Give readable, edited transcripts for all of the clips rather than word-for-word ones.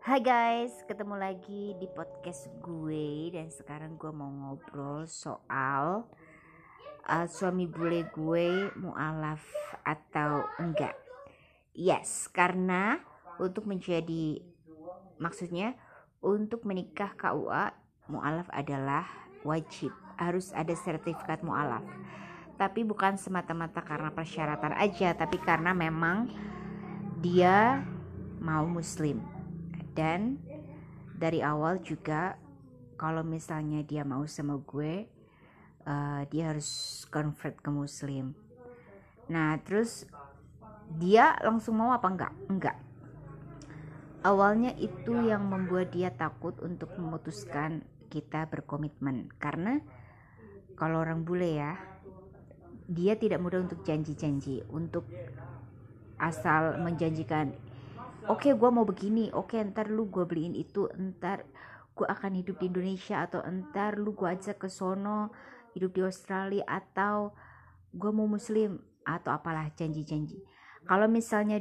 Hai guys, ketemu lagi di podcast gue. Dan sekarang gue mau ngobrol soal suami bule gue mualaf atau enggak. Yes, karena untuk untuk menikah KUA mualaf adalah wajib. Harus ada sertifikat mualaf. Tapi bukan semata-mata karena persyaratan aja, tapi karena memang dia mau muslim. Dan dari awal juga kalau misalnya dia mau sama gue, dia harus convert ke muslim. Nah terus dia langsung mau apa enggak. Awalnya itu yang membuat dia takut untuk memutuskan kita berkomitmen, karena kalau orang bule ya, dia tidak mudah untuk janji-janji, untuk asal menjanjikan oke, gue mau begini, oke ntar lu gue beliin itu, ntar gue akan hidup di Indonesia, atau ntar lu gue ajak ke sono hidup di Australia, atau gue mau muslim, atau apalah janji-janji. Kalau misalnya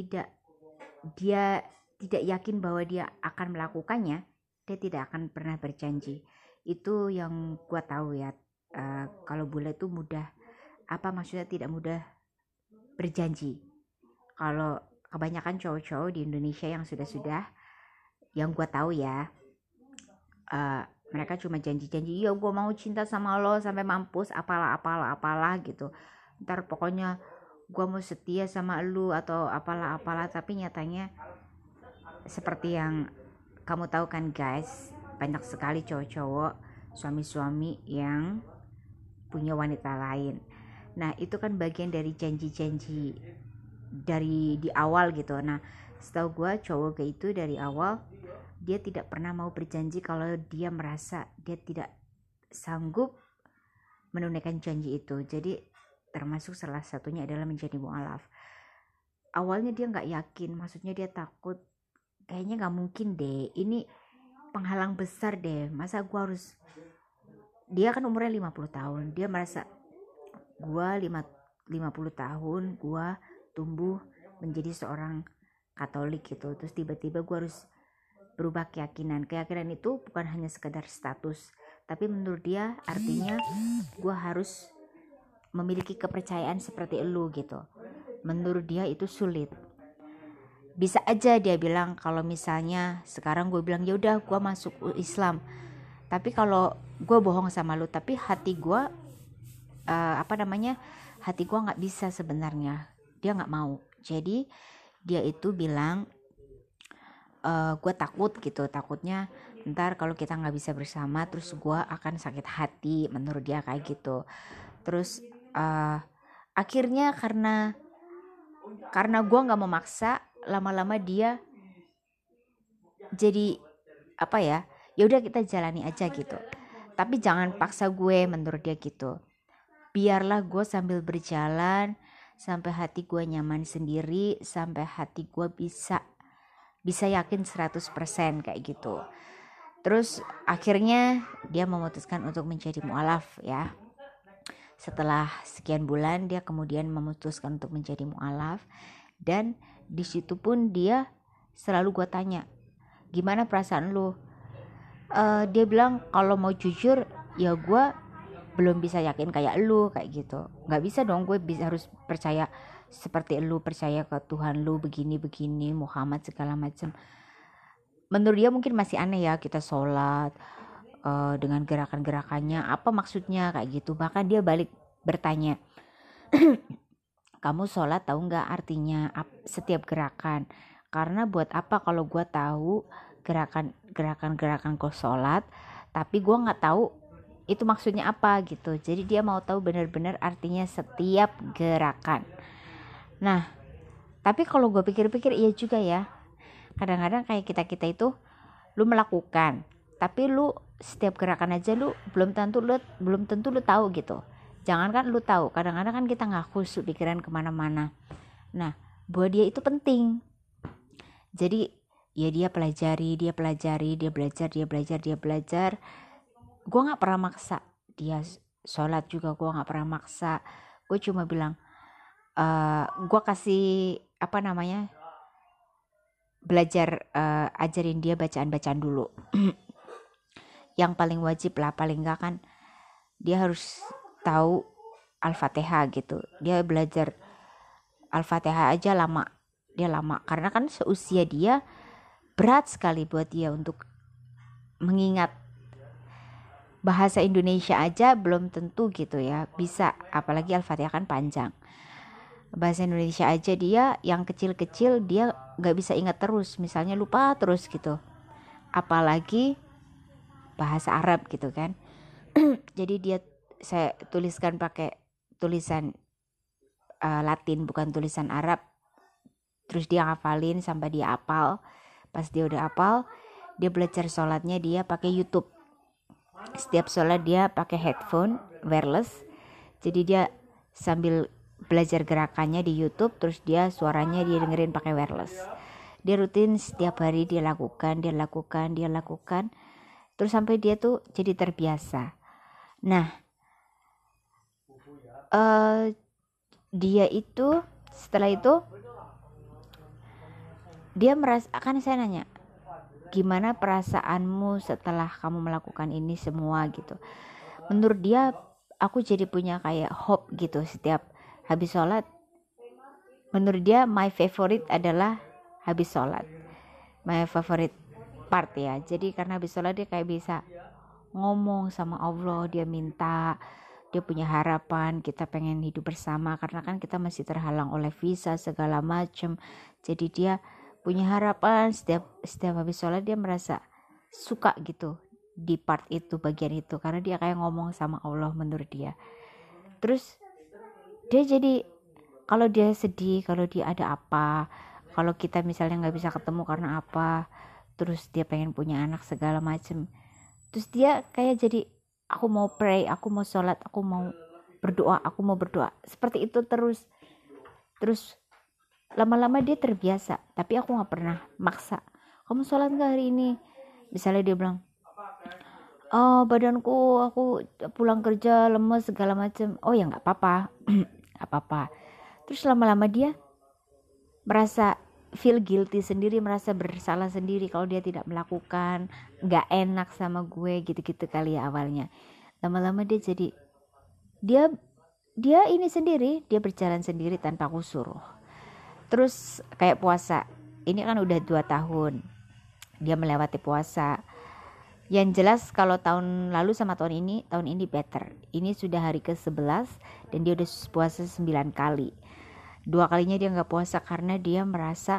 dia tidak yakin bahwa dia akan melakukannya, dia tidak akan pernah berjanji. Itu yang gue tahu ya. Kalau bule itu mudah, maksudnya tidak mudah berjanji. Kalau kebanyakan cowok-cowok di Indonesia yang sudah yang gue tahu ya, mereka cuma janji-janji, iya gue mau cinta sama lo sampai mampus, apalah gitu, ntar pokoknya gue mau setia sama lu atau apalah, tapi nyatanya seperti yang kamu tahu kan guys, banyak sekali cowok-cowok, suami-suami yang punya wanita lain. Nah itu kan bagian dari janji-janji dari di awal gitu. Nah setahu gue cowok kayak itu dari awal dia tidak pernah mau berjanji kalau dia merasa dia tidak sanggup menunaikan janji itu. Jadi termasuk salah satunya adalah menjadi mualaf. Awalnya dia nggak yakin, maksudnya dia takut, kayaknya nggak mungkin deh, ini penghalang besar deh, masa gue harus, dia kan umurnya 50 tahun, dia merasa gue 50 tahun gue tumbuh menjadi seorang Katolik gitu, terus tiba-tiba gue harus berubah keyakinan itu bukan hanya sekedar status, tapi menurut dia artinya gue harus memiliki kepercayaan seperti elu gitu. Menurut dia itu sulit. Bisa aja dia bilang kalau misalnya sekarang gue bilang ya udah gue masuk Islam, tapi kalau gue bohong sama lu, tapi hati gue hati gue nggak bisa sebenarnya, dia nggak mau. Jadi dia itu bilang gue takut gitu, takutnya ntar kalau kita nggak bisa bersama terus gue akan sakit hati, menurut dia kayak gitu. Terus akhirnya karena gue nggak memaksa, lama-lama dia jadi ya udah kita jalani aja gitu, tapi jangan paksa gue, menurut dia gitu. Biarlah gue sambil berjalan sampai hati gue nyaman sendiri, sampai hati gue bisa yakin 100% kayak gitu. Terus akhirnya dia memutuskan untuk menjadi mualaf ya. Setelah sekian bulan dia kemudian memutuskan untuk menjadi mualaf, dan di situ pun dia selalu gue tanya, gimana perasaan lu? Dia bilang kalau mau jujur ya gue belum bisa yakin kayak lu, kayak gitu. Nggak bisa dong, gue harus percaya seperti lu percaya ke Tuhan lu, begini Muhammad segala macam. Menurut dia mungkin masih aneh ya kita sholat dengan gerakan-gerakannya, apa maksudnya kayak gitu. Bahkan dia balik bertanya, kamu sholat tahu nggak artinya setiap gerakan? Karena buat apa kalau gue tahu gerakan kau sholat, tapi gue nggak tahu itu maksudnya apa gitu. Jadi dia mau tahu benar-benar artinya setiap gerakan. Nah tapi kalau gue pikir-pikir iya juga ya, kadang-kadang kayak kita itu lu melakukan, tapi lu setiap gerakan aja lu belum tentu lu tahu gitu. Jangankan lu tahu, kadang-kadang kan kita nggak khusyuk, pikiran kemana-mana. Nah buat dia itu penting. Jadi ya dia belajar. Gue nggak pernah maksa dia sholat juga, gue nggak pernah maksa. Gue cuma bilang gue kasih belajar ajarin dia bacaan-bacaan dulu. Yang paling wajib lah, paling enggak kan dia harus tahu Al-Fatihah gitu. Dia belajar Al-Fatihah aja lama karena kan seusia dia berat sekali buat dia untuk mengingat bahasa Indonesia aja belum tentu gitu ya bisa, apalagi Al-Fatihah kan panjang. Bahasa Indonesia aja dia yang kecil-kecil dia nggak bisa ingat terus, misalnya lupa terus gitu, apalagi bahasa Arab gitu kan. Jadi saya tuliskan pakai tulisan Latin bukan tulisan Arab, terus dia ngafalin sampai dia hafal. Pas dia udah hafal, dia belajar sholatnya dia pakai YouTube. Setiap sholat dia pakai headphone wireless, jadi dia sambil belajar gerakannya di YouTube, terus dia suaranya dia dengerin pakai wireless. Dia rutin setiap hari dia lakukan, terus sampai dia tuh jadi terbiasa. Nah, dia itu setelah itu dia merasa, kan saya nanya, gimana perasaanmu setelah kamu melakukan ini semua gitu. Menurut dia aku jadi punya kayak hope gitu setiap habis sholat. Menurut dia my favorite adalah habis sholat, my favorite part ya. Jadi karena habis sholat dia kayak bisa ngomong sama Allah, dia minta, dia punya harapan, kita pengen hidup bersama karena kan kita masih terhalang oleh visa segala macam. Jadi dia punya harapan setiap habis sholat dia merasa suka gitu di part itu, bagian itu, karena dia kayak ngomong sama Allah menurut dia. Terus dia jadi kalau dia sedih, kalau dia ada apa, kalau kita misalnya nggak bisa ketemu karena apa, terus dia pengen punya anak segala macem, terus dia kayak jadi aku mau pray, aku mau sholat, aku mau berdoa seperti itu terus lama-lama dia terbiasa. Tapi aku nggak pernah maksa, kamu sholat nggak hari ini. Misalnya dia bilang, oh badanku, aku pulang kerja lemes segala macam, oh ya nggak apa-apa nggak apa-apa. Terus lama-lama dia merasa feel guilty sendiri, merasa bersalah sendiri kalau dia tidak melakukan, nggak enak sama gue gitu-gitu kali ya awalnya. Lama-lama dia jadi dia ini sendiri, dia berjalan sendiri tanpa aku suruh. Terus kayak puasa, ini kan udah 2 tahun dia melewati puasa. Yang jelas kalau tahun lalu sama tahun ini better. Ini sudah hari ke-11 dan dia udah puasa 9 kali. 2 kalinya dia gak puasa karena dia merasa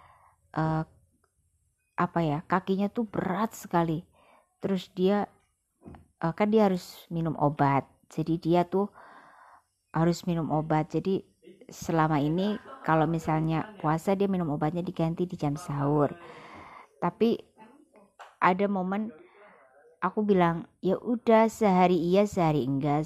kakinya tuh berat sekali. Terus dia kan dia harus minum obat, jadi dia tuh harus minum obat. Jadi selama ini kalau misalnya puasa dia minum obatnya diganti di jam sahur. Tapi ada momen aku bilang, ya udah sehari iya sehari enggak,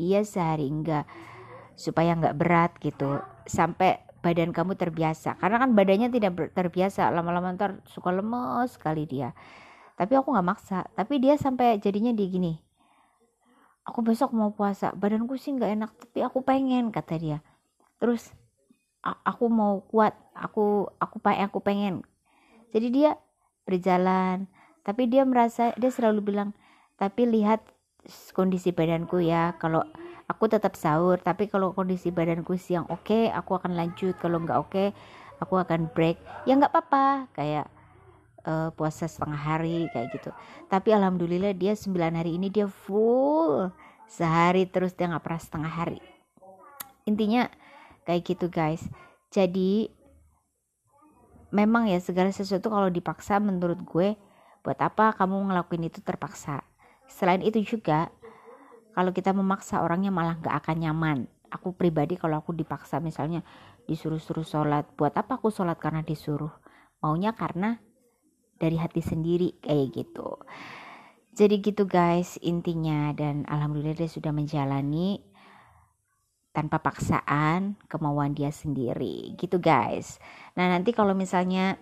supaya nggak berat gitu, sampai badan kamu terbiasa. Karena kan badannya tidak terbiasa, lama-lama ntar suka lemes sekali dia. Tapi aku nggak maksa. Tapi dia sampai jadinya dia gini, aku besok mau puasa, badanku sih nggak enak tapi aku pengen, kata dia. Terus aku mau kuat, aku pengen. Jadi dia berjalan, tapi dia merasa, dia selalu bilang, tapi lihat kondisi badanku ya, kalau aku tetap sahur, tapi kalau kondisi badanku siang oke, aku akan lanjut, kalau nggak oke, aku akan break. Ya nggak apa-apa, kayak puasa setengah hari kayak gitu. Tapi alhamdulillah dia 9 hari ini dia full sehari, terus dia nggak pernah setengah hari. Intinya kayak gitu guys. Jadi memang ya segala sesuatu kalau dipaksa, menurut gue buat apa kamu ngelakuin itu terpaksa. Selain itu juga kalau kita memaksa, orangnya malah gak akan nyaman. Aku pribadi kalau aku dipaksa, misalnya disuruh-suruh sholat, buat apa aku sholat karena disuruh, maunya karena dari hati sendiri kayak gitu. Jadi gitu guys intinya, dan alhamdulillah dia sudah menjalani tanpa paksaan, kemauan dia sendiri gitu guys. Nah nanti kalau misalnya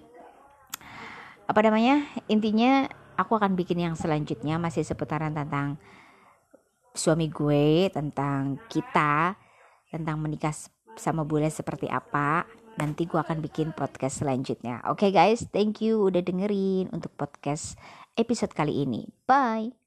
intinya aku akan bikin yang selanjutnya masih seputaran tentang suami gue, tentang kita, tentang menikah sama bule seperti apa. nanti gue akan bikin podcast selanjutnya. Oke guys, thank you udah dengerin untuk podcast episode kali ini. Bye.